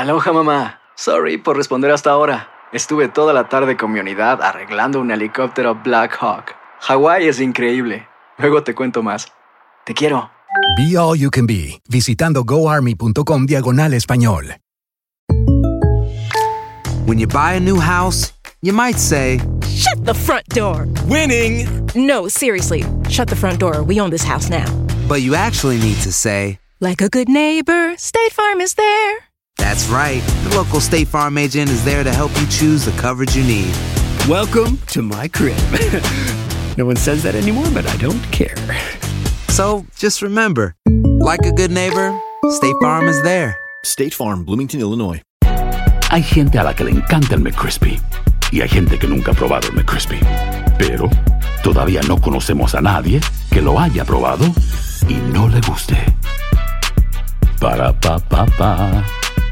Aloha, mamá. Sorry por responder hasta ahora. Estuve toda la tarde con mi unidad arreglando un helicóptero Black Hawk. Hawái es increíble. Luego te cuento más. Te quiero. Be All You Can Be, visitando goarmy.com/español. When you buy a new house, you might say, Shut the front door! Winning! No, seriously. Shut the front door. We own this house now. but you actually need to say, Like a good neighbor, State Farm is there. that's right. The local State Farm agent is there to help you choose the coverage you need. Welcome to my crib. No one says that anymore, but I don't care. So just remember, like a good neighbor, State Farm is there. State Farm, Bloomington, Illinois. Hay gente a la que le encanta el McCrispy y hay gente que nunca ha probado el McCrispy. Pero todavía no conocemos a nadie que lo haya probado y no le guste. Para pa pa pa.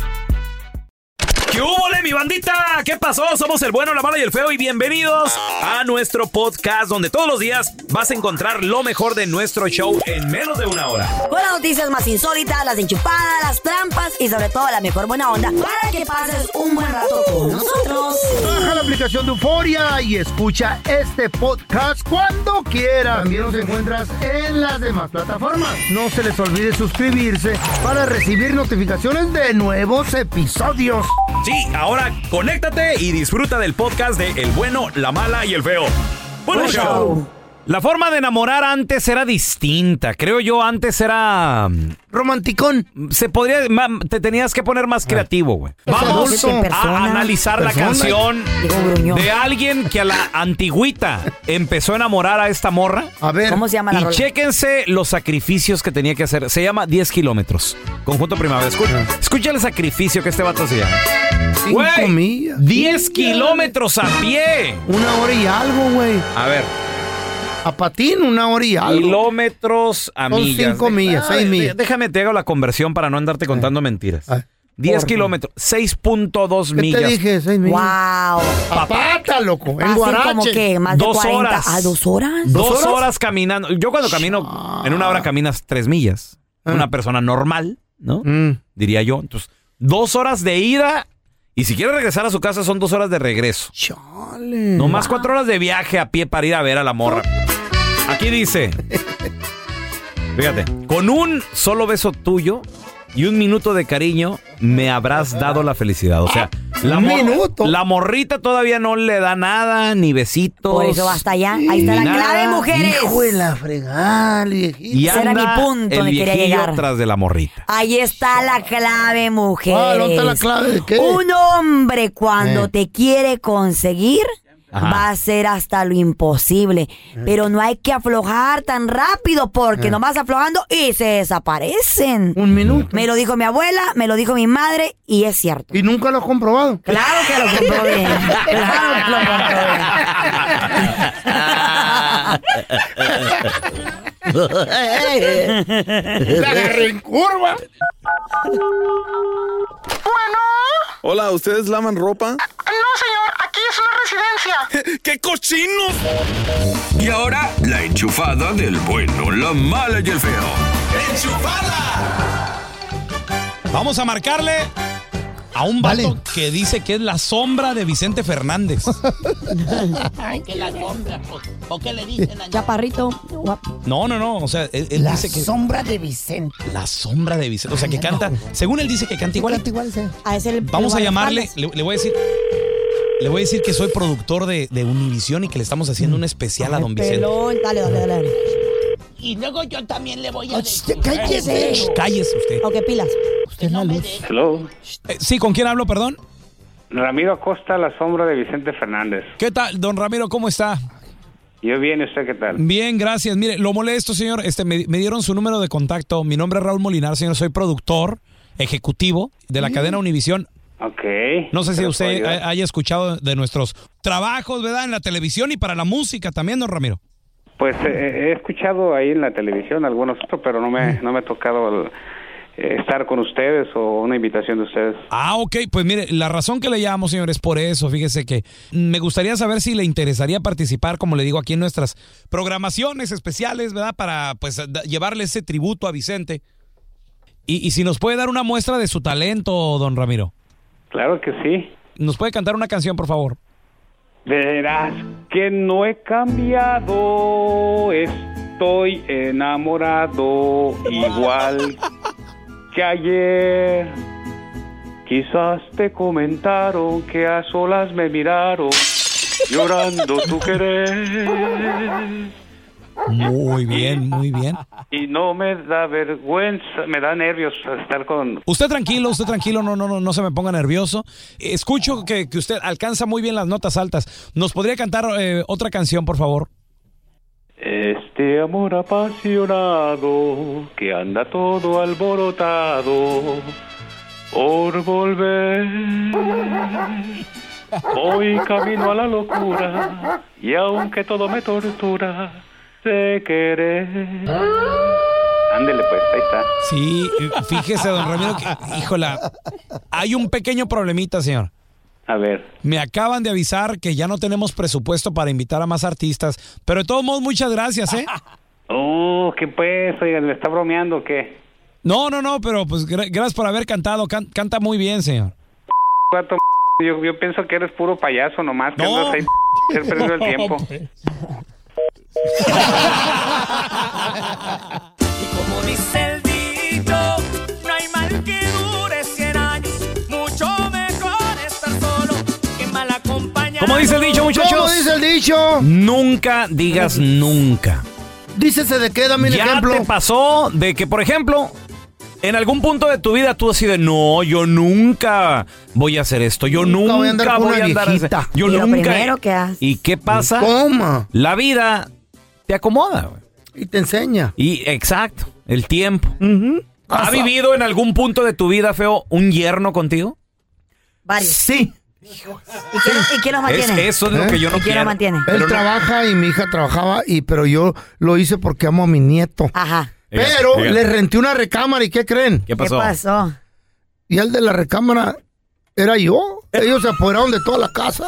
¿Qué hubo, mi bandita? ¿Qué pasó? Somos el bueno, la mala y el feo y bienvenidos a nuestro podcast donde todos los días vas a encontrar lo mejor de nuestro show en menos de una hora. Con las noticias más insólitas, las enchupadas, las trampas y sobre todo la mejor buena onda para que pases un buen rato con nosotros. Baja la aplicación de Euforia y escucha este podcast cuando quieras. También nos encuentras en las demás plataformas. No se les olvide suscribirse para recibir notificaciones de nuevos episodios. Sí, ahora conéctate y disfruta del podcast de El Bueno, la Mala y el Feo. ¡Buen show! La forma de enamorar antes era distinta. Creo yo, antes era... romanticón. Se podría... Te tenías que poner más creativo, güey. Vamos a analizar la canción de alguien que a la antigüita empezó a enamorar a esta morra. A ver. ¿Cómo se llama la Y rola? chéquense los sacrificios que tenía que hacer. Se llama 10 kilómetros. Conjunto Primavera. Escucha el sacrificio que este vato hacía. 5 Güey, millas. 10 kilómetros a pie. 1 hora y algo, güey. A ver. A patín, 1 hora y algo. Kilómetros a Son millas. 5 millas, 6 millas. Déjame te hago la conversión para no andarte contando mentiras. 10 kilómetros, 6.2 ¿Qué millas. te dije? 6 millas. ¡Wow! A pata, loco. En Así Guarache. como que más de 2 40. horas. ¿A 2 horas? 2 horas caminando. Yo cuando camino, en 1 hora caminas 3 millas. Una persona normal, ¿no? Diría yo. Entonces, 2 horas de ida. Y si quiere regresar a su casa, son 2 horas de regreso. Chale. No más 4 horas de viaje a pie para ir a ver a la morra. Aquí dice, fíjate, con un solo beso tuyo y 1 minuto de cariño me habrás dado la felicidad. O sea, la morrita todavía no le da nada, ni besitos. Por eso basta ya. Ahí está la Nada. clave, mujeres. Hijo de la fregada, viejito. Y Ese era anda mi punto el donde quería viejillo llegar. tras de la morrita. Ahí está la clave, mujeres. ¿Dónde está la clave de qué? Un hombre cuando te quiere conseguir Ajá. va a hacer hasta lo imposible. Pero no hay que aflojar tan rápido porque nomás aflojando y se desaparecen. 1 minuto. Me lo dijo mi abuela, me lo dijo mi madre y es cierto. ¿Y nunca lo has comprobado? Claro que lo comprobé. Claro que lo comprobé. La agarré en curva. Hola, ¿ustedes lavan ropa? No, señor, aquí es una residencia. ¡Qué cochinos! Y ahora, la enchufada del bueno, la mala y el feo. Vamos a marcarle a un vato que dice que es la sombra de Vicente Fernández. Ay, que la sombra. ¿O qué le dicen allá? Chaparrito. No. O sea, él La dice que... sombra de Vicente. La sombra de Vicente. O sea, que canta... Según él dice que canta igual. Vamos a llamarle. Le voy a decir que soy productor de Univisión y que le estamos haciendo un especial a don Vicente. Dale. Y luego yo también le voy a decir. ¡Cállese! Cállese usted. Ok, pilas. Usted no luz. Hello. Sí, ¿con quién hablo, perdón? Ramiro Acosta, la sombra de Vicente Fernández. ¿Qué tal, don Ramiro? ¿Cómo está? Yo bien, ¿usted qué tal? Bien, gracias. Mire, lo molesto, señor. Me dieron su número de contacto. Mi nombre es Raúl Molinar, señor. Soy productor ejecutivo de la cadena Univisión. Ok. No sé si ¿Pero usted puedo ayudar? haya escuchado de nuestros trabajos, ¿verdad? En la televisión y para la música también, don Ramiro. Pues he escuchado ahí en la televisión algunos otros, pero no me ha tocado estar con ustedes o una invitación de ustedes. Ah, ok. Pues mire, la razón que le llamo, señor, es por eso. Fíjese que me gustaría saber si le interesaría participar, como le digo, aquí en nuestras programaciones especiales, ¿verdad? Para, pues, llevarle ese tributo a Vicente. Y si nos puede dar una muestra de su talento, don Ramiro. Claro que sí. ¿Nos puede cantar una canción, por favor? Verás que no he cambiado, estoy enamorado igual que ayer. Quizás te comentaron que a solas me miraron llorando tu querer. Muy bien, muy bien. Y no me da vergüenza, me da nervios estar con... Usted tranquilo, no se me ponga nervioso. Escucho que usted alcanza muy bien las notas altas. ¿Nos podría cantar otra canción, por favor? Este amor apasionado que anda todo alborotado por volver. Hoy camino a la locura y aunque todo me tortura, sé querer. Ándele pues, ahí está. Sí, fíjese, don Ramiro, que, híjola, hay un pequeño problemita, señor. A ver. Me acaban de avisar que ya no tenemos presupuesto para invitar a más artistas, pero de todos modos, muchas gracias, ¿eh? Oh, ¿qué pues? Oigan, ¿me está bromeando o qué? No, pero pues gracias por haber cantado. Canta muy bien, señor. Yo pienso que eres puro payaso nomás, que andas ahí perdiendo el tiempo. Y como dice el dicho, no hay mal que dure 100 años, mucho mejor estar solo que mal acompañado. ¿Cómo dice el dicho, muchachos? ¿Cómo dice el dicho? Nunca digas nunca. Dícese de qué, dame un ejemplo. ¿Ya te pasó de que, por ejemplo, en algún punto de tu vida tú así de no, yo nunca voy a hacer esto, yo nunca voy a andar yo y nunca. Lo primero que haces. ¿Y qué pasa? Toma. La vida te acomoda, güey. Y te enseña. Y exacto, el tiempo. ¿Ha vivido en algún punto de tu vida, feo, un yerno contigo? Varios. Sí. ¿Y quién los mantiene? Eso es lo que yo no ¿Y quién quiero. los mantiene? Él trabaja y mi hija trabajaba, pero yo lo hice porque amo a mi nieto. Ajá. Pero le renté una recámara y ¿qué creen? ¿Qué pasó? ¿Qué pasó? Y el de la recámara era yo. Ellos se apoderaron de toda la casa.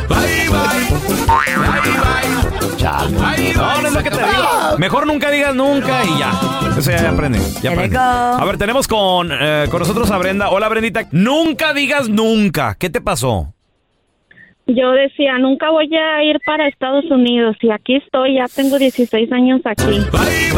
No es lo que te digo. Mejor nunca digas nunca y ya. Eso ya aprendí. Ya aprendí. A ver, tenemos con nosotros a Brenda. Hola, Brendita. Nunca digas nunca. ¿Qué te pasó? Yo decía, nunca voy a ir para Estados Unidos y aquí estoy, ya tengo 16 años aquí. ¿Y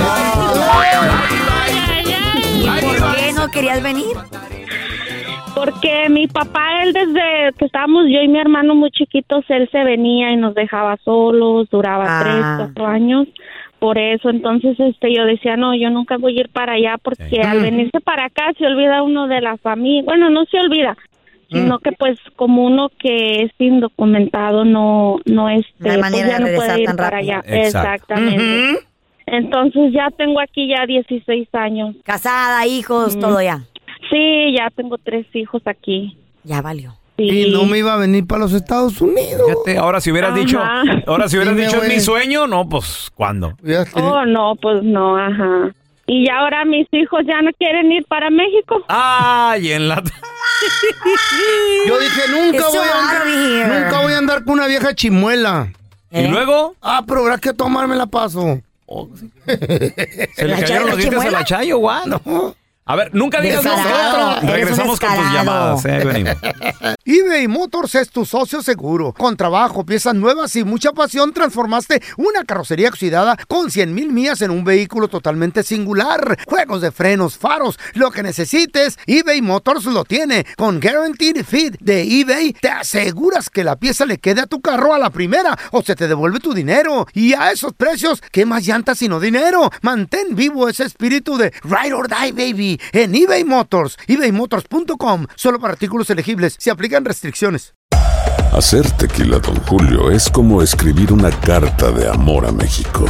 por qué no querías venir? Porque mi papá, él desde que estábamos yo y mi hermano muy chiquitos, él se venía y nos dejaba solos, duraba 3, 4 años. Por eso, entonces yo decía, no, yo nunca voy a ir para allá porque al venirse para acá se olvida uno de la familia. Bueno, no se olvida, sino que pues como uno que es indocumentado no pues ya no puede ir para allá. Exactamente. Entonces ya tengo aquí ya 16 años. Casada, hijos, todo ya. Sí, ya tengo 3 hijos aquí. Ya valió. Sí. Y no me iba a venir para los Estados Unidos. Fíjate, ahora si hubieras dicho, es mi sueño, no, pues, ¿cuándo? Oh, no, pues no, ajá. Y ya ahora mis hijos ya no quieren ir para México. Ay, en la... Yo dije, nunca voy a andar con una vieja chimuela. ¿Y luego? Pero habrá que tomarme paso. ¿Se le cayeron los dientes a la Chayo, guau? No. A ver, nunca digas nunca. Regresamos con tus llamadas. Venimos. eBay Motors es tu socio seguro. Con trabajo, piezas nuevas y mucha pasión, transformaste una carrocería oxidada con 100,000 millas en un vehículo totalmente singular. Juegos de frenos, faros, lo que necesites, eBay Motors lo tiene. Con Guaranteed Fit de eBay, te aseguras que la pieza le quede a tu carro a la primera o se te devuelve tu dinero. Y a esos precios, ¿qué más llantas sino dinero? Mantén vivo ese espíritu de Ride or Die, baby, en eBay Motors. ebaymotors.com. Solo para artículos elegibles. Se aplican restricciones. Hacer tequila Don Julio es como escribir una carta de amor a México.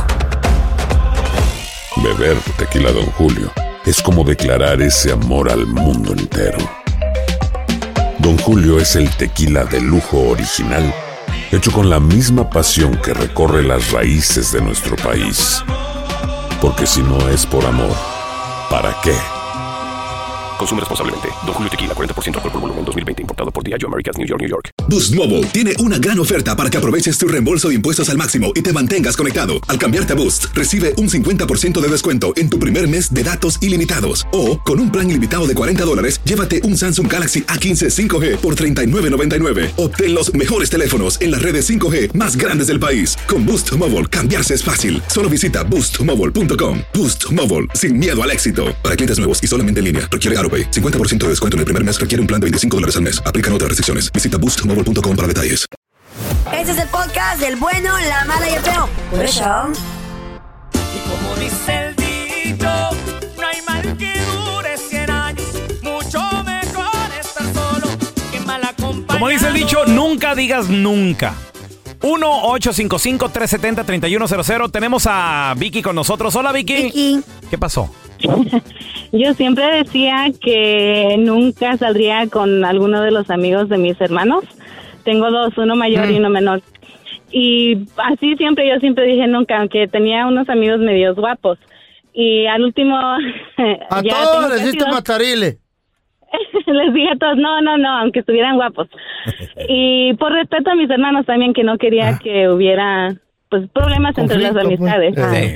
Beber tequila Don Julio es como declarar ese amor al mundo entero. Don Julio es el tequila de lujo original, hecho con la misma pasión que recorre las raíces de nuestro país. Porque si no es por amor, ¿para qué? Consume responsablemente. Don Julio Tequila, 40% alcohol por volumen, 2020. Importado por por Diageo Americas, New York, New York. Boost Mobile tiene una gran oferta para que aproveches tu reembolso de impuestos al máximo y te mantengas conectado. Al cambiarte a Boost, recibe un 50% de descuento en tu primer mes de datos ilimitados. O, con un plan ilimitado de $40, llévate un Samsung Galaxy A15 5G por $39.99. Obtén los mejores teléfonos en las redes 5G más grandes del país. Con Boost Mobile, cambiarse es fácil. Solo visita boostmobile.com. Boost Mobile, sin miedo al éxito. Para clientes nuevos y solamente en línea, requiere AutoPay. 50% de descuento en el primer mes requiere un plan de $25 al mes. Aplican otras restricciones. Visita boostmobile.com para detalles. Este es el podcast del bueno, la mala y el feo. Por eso. Y como dice el dicho, no hay mal que dure 100 años. Mucho mejor estar solo que mal acompañado. Como dice el dicho, nunca digas nunca. 1-855-370-3100. Tenemos a Vicky con nosotros. Hola, Vicky. Vicky. ¿Qué pasó? Yo siempre decía que nunca saldría con alguno de los amigos de mis hermanos. Tengo dos, uno mayor y uno menor. Y así yo siempre dije nunca, aunque tenía unos amigos medios guapos. Y al último... A todos les diste matarile. Les dije a todos, no, aunque estuvieran guapos. Y por respeto a mis hermanos también, que no quería que hubiera pues problemas entre las amistades.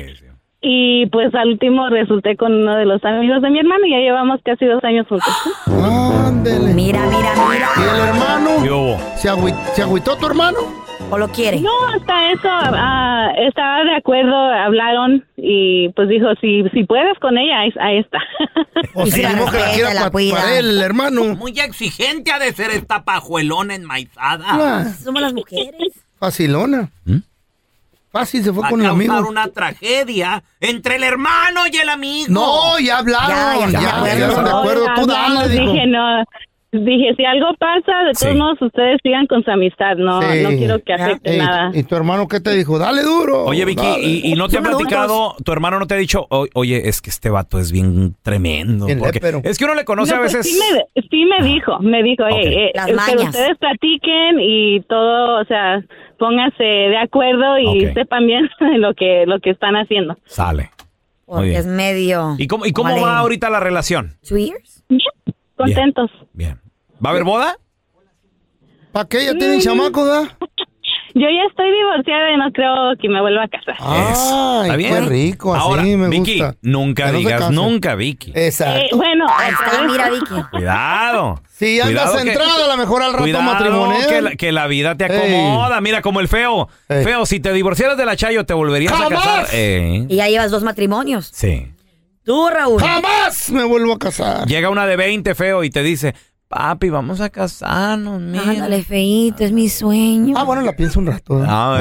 Y pues al último resulté con uno de los amigos de mi hermano y ya llevamos casi 2 años juntos. Ándele. Mira. ¿Y el hermano? ¿Se agüitó tu hermano? ¿O lo quiere? No, hasta eso estaba de acuerdo, hablaron y pues dijo, si puedes con ella, ahí está. O si no que la quiera para él, el hermano. Muy exigente ha de ser esta pajuelona enmaizada. Somos las mujeres. Facilona. Fácil se fue con el amigo. Va a causar una tragedia entre el hermano y el amigo. No, ya hablaron. Ya de acuerdo. Tú dale, dijo. Dije, si algo pasa, de todos modos ustedes sigan con su amistad. No quiero que afecte nada. ¿Y tu hermano qué te dijo? Dale duro. Oye, Vicky, dale. ¿y no te ha platicado, tu hermano no te ha dicho, oye, es que este vato es bien tremendo? Porque es que uno le conoce a veces... Sí me dijo, Okay. Que ustedes platiquen y todo, o sea, pónganse de acuerdo y sepan bien lo que están haciendo. Sale. Porque es medio... ¿Y cómo va ahorita la relación? 2 years. Bien, contentos. Bien. ¿Va a haber boda? ¿Para qué? ¿Ya tienen chamacos, da? Yo ya estoy divorciada y no creo que me vuelva a casar. Ay, ¿Está bien? Qué rico, así ahora, me Vicky, gusta. nunca digas nunca, Vicky. Exacto. Bueno, mira, Vicky. Cuidado. Si andas centrada, a lo mejor al rato matrimonial. Que la vida te acomoda. Mira, como el feo. Feo, si te divorciaras de la Chayo, ¿te volverías a casar? Y ya llevas 2 matrimonios. Sí. Tú, Raúl. ¡Jamás me vuelvo a casar! Llega una de 20, feo, y te dice... Papi, vamos a casarnos, mira. Ándale, feíto, es mi sueño. Bueno, la pienso un rato.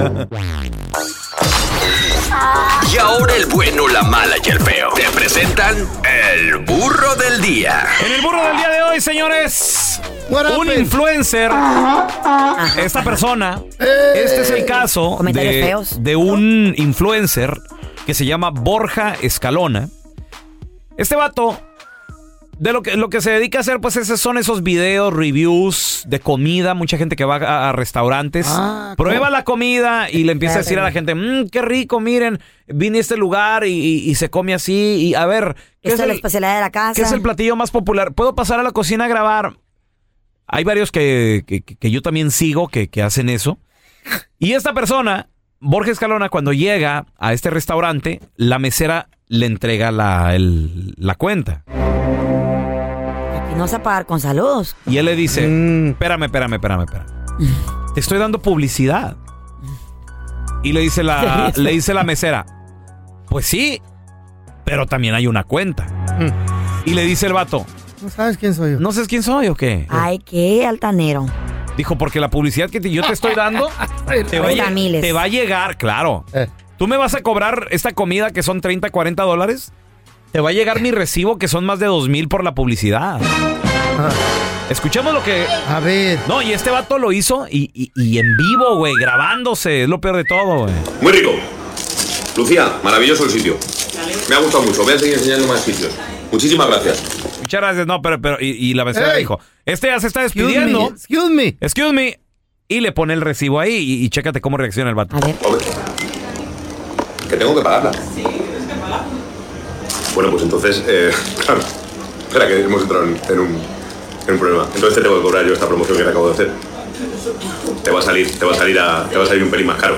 Y ahora el bueno, la mala y el feo te presentan el burro del día. En el burro del día de hoy, señores, un influencer, esta persona, este es el caso de un influencer que se llama Borja Escalona. Este vato... De lo que se dedica a hacer, pues son esos videos, reviews de comida. Mucha gente que va a restaurantes, prueba la comida y le empieza a decir a la gente, qué rico, miren, vine a este lugar y se come así. Y a ver, esta es la especialidad de la casa. ¿Qué es el platillo más popular? ¿Puedo pasar a la cocina a grabar? Hay varios que yo también sigo que hacen eso. Y esta persona, Borja Escalona, cuando llega a este restaurante, la mesera le entrega la cuenta. No vas a pagar con saludos. Y él le dice, espérame. Te estoy dando publicidad. Y le dice la mesera, pues sí, pero también hay una cuenta. Y le dice el vato, ¿no sabes quién soy yo? ¿No sabes quién soy o qué? Ay, qué altanero. Dijo, porque la publicidad que yo te estoy dando te va a llegar, claro. Tú me vas a cobrar esta comida que son $30, $40. Te va a llegar mi recibo que son más de 2,000 por la publicidad. Escuchemos lo que... A ver. No, y este vato lo hizo y en vivo, güey, grabándose. Es lo peor de todo, güey. Muy rico. Lucía, maravilloso el sitio. Me ha gustado mucho. Voy a seguir enseñando más sitios. Muchísimas gracias. Muchas gracias. No, pero y la mesera dijo, este ya se está despidiendo. Excuse me. Y le pone el recibo ahí y chécate cómo reacciona el vato. A ver. Que tengo que pagarla. Sí, tienes que pagarla. Bueno, pues entonces, claro. Espera, que hemos entrado en No hay un problema. Entonces te tengo que cobrar yo esta promoción que te acabo de hacer. Te va a salir un pelín más caro.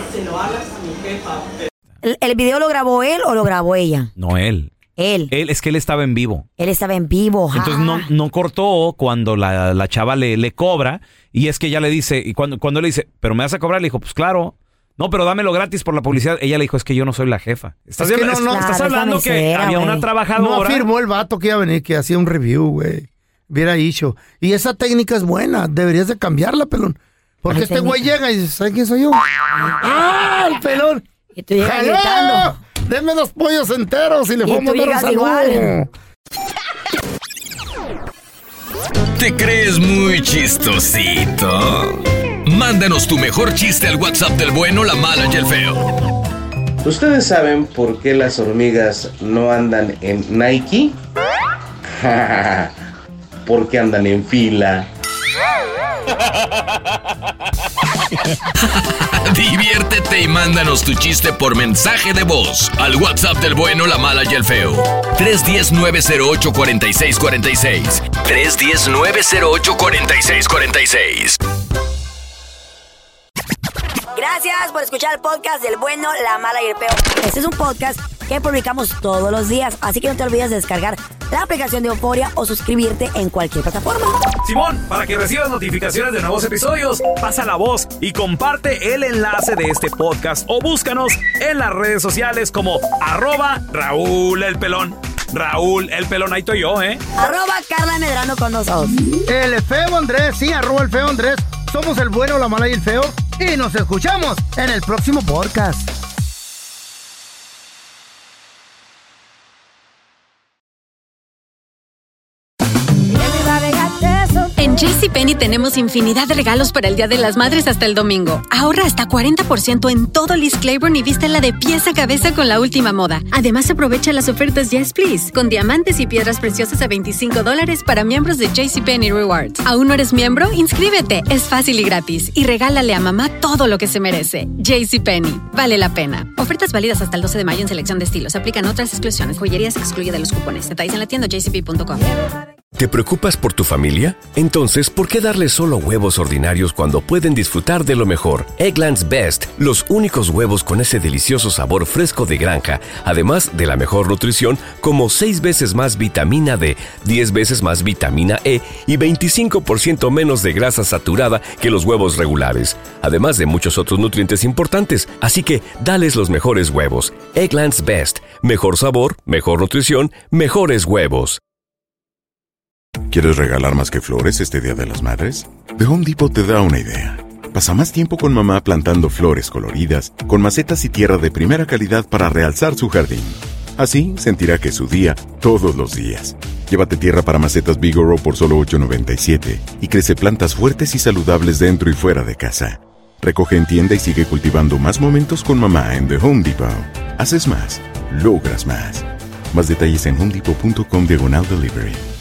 ¿El video lo grabó él o lo grabó ella? No, él. Él. Es que él estaba en vivo. Él estaba en vivo. Entonces no cortó cuando la chava le cobra. Y es que ella le dice, y cuando le dice, ¿pero me vas a cobrar? Le dijo, pues claro. No, pero dámelo gratis por la publicidad. Ella le dijo, es que yo no soy la jefa. Estás hablando que había una trabajadora. No afirmó el vato que iba a venir, que hacía un review, güey. Hubiera dicho. Y esa técnica es buena. Deberías de cambiarla, pelón. Porque este güey llega y dice, ¿sabes quién soy yo? ¡Ah, el pelón! Y tú llegas gritando. Denme 2 pollos enteros y le vamos a dar un saludo. ¿Te crees muy chistosito? Mándanos tu mejor chiste al WhatsApp del bueno, la mala y el feo. ¿Ustedes saben por qué las hormigas no andan en Nike? Porque andan en fila. Diviértete y mándanos tu chiste por mensaje de voz al WhatsApp del bueno, la mala y el feo. 310-908-4646. 310-908-4646. Gracias por escuchar el podcast del bueno, la mala y el feo. Este es un podcast que publicamos todos los días, así que no te olvides de descargar la aplicación de Euforia o suscribirte en cualquier plataforma. Simón, para que recibas notificaciones de nuevos episodios, pasa la voz y comparte el enlace de este podcast o búscanos en las redes sociales como @Raúl el Pelón. Raúl el Pelón, ahí estoy yo, @Carla Medrano con nosotros. El feo Andrés, sí, @el feo Andrés. Somos el bueno, la mala y el feo. Y nos escuchamos en el próximo podcast. En JCPenney tenemos infinidad de regalos para el Día de las Madres hasta el domingo. Ahorra hasta 40% en todo Liz Claiborne y vístela de pies a cabeza con la última moda. Además, aprovecha las ofertas Yes Please, con diamantes y piedras preciosas a $25 para miembros de JCPenney Rewards. ¿Aún no eres miembro? Inscríbete. Es fácil y gratis. Y regálale a mamá todo lo que se merece. JCPenney. Vale la pena. Ofertas válidas hasta el 12 de mayo en selección de estilos. Aplican otras exclusiones. Joyería se excluye de los cupones. Detalles en la tienda jcp.com. ¿Te preocupas por tu familia? Entonces, ¿por qué darles solo huevos ordinarios cuando pueden disfrutar de lo mejor? Eggland's Best, los únicos huevos con ese delicioso sabor fresco de granja, además de la mejor nutrición, como 6 veces más vitamina D, 10 veces más vitamina E y 25% menos de grasa saturada que los huevos regulares, además de muchos otros nutrientes importantes. Así que, dales los mejores huevos. Eggland's Best, mejor sabor, mejor nutrición, mejores huevos. ¿Quieres regalar más que flores este Día de las Madres? The Home Depot te da una idea. Pasa más tiempo con mamá plantando flores coloridas, con macetas y tierra de primera calidad para realzar su jardín. Así sentirá que es su día todos los días. Llévate tierra para macetas Bigoro por solo $8.97 y crece plantas fuertes y saludables dentro y fuera de casa. Recoge en tienda y sigue cultivando más momentos con mamá en The Home Depot. Haces más, logras más. Más detalles en homedepot.com/delivery.